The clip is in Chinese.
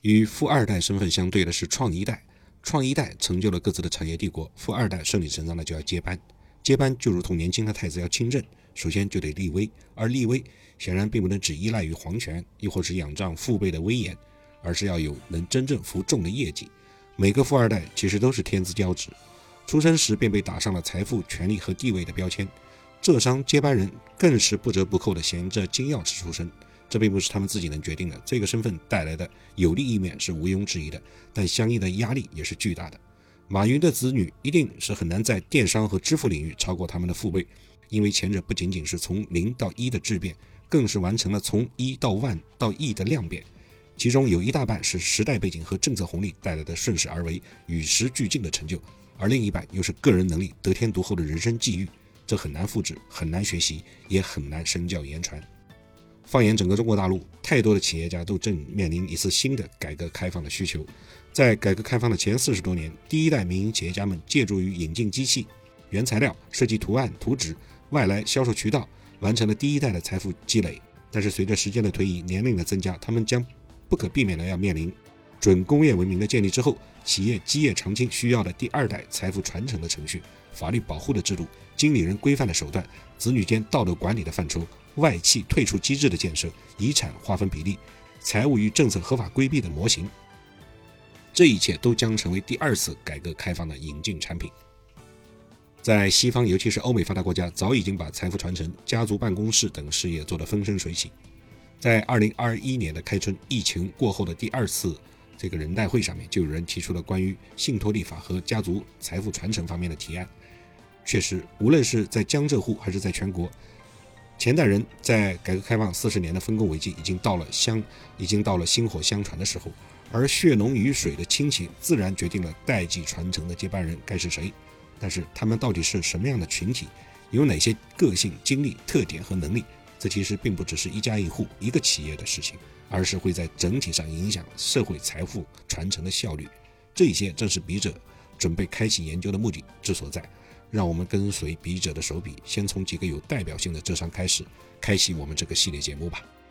与富二代身份相对的是创一代，创一代成就了各自的产业帝国，富二代顺理成章的就要接班。接班就如同年轻的太子要亲政，首先就得立威，而立威显然并不能只依赖于皇权，亦或是仰仗父辈的威严，而是要有能真正服众的业绩。每个富二代其实都是天之骄子，出生时便被打上了财富、权力和地位的标签，浙商接班人更是不折不扣的衔着金钥匙出身。这并不是他们自己能决定的，这个身份带来的有利一面是毋庸置疑的，但相应的压力也是巨大的。马云的子女一定是很难在电商和支付领域超过他们的父辈，因为前者不仅仅是从0到1的质变，更是完成了从1到万到亿的量变，其中有一大半是时代背景和政策红利带来的顺势而为、与时俱进的成就，而另一半又是个人能力得天独厚的人生际遇，这很难复制，很难学习，也很难身教言传。放眼整个中国大陆，太多的企业家都正面临一次新的改革开放的需求。在改革开放的前40多年，第一代民营企业家们借助于引进机器、原材料、设计图案、图纸、外来销售渠道，完成了第一代的财富积累。但是随着时间的推移，年龄的增加，他们将不可避免的要面临准工业文明的建立之后，企业基业长青需要的第二代财富传承的程序、法律保护的制度、经理人规范的手段、子女间道德管理的范畴、外企退出机制的建设、遗产划分比例、财务与政策合法规避的模型，这一切都将成为第二次改革开放的引进产品。在西方，尤其是欧美发达国家，早已经把财富传承、家族办公室等事业做得风生水起。在2021年的开春，疫情过后的第二次这个人代会上面，就有人提出了关于信托立法和家族财富传承方面的提案。确实，无论是在江浙沪还是在全国，前代人在改革开放40年的丰功伟绩已经到了薪火相传的时候，而血浓于水的亲情自然决定了代际传承的接班人该是谁。但是他们到底是什么样的群体，有哪些个性、经历、特点和能力，这其实并不只是一家一户、一个企业的事情，而是会在整体上影响社会财富传承的效率。这一些正是笔者准备开启研究的目的之所在。让我们跟随笔者的手笔，先从几个有代表性的浙商开始，开启我们这个系列节目吧。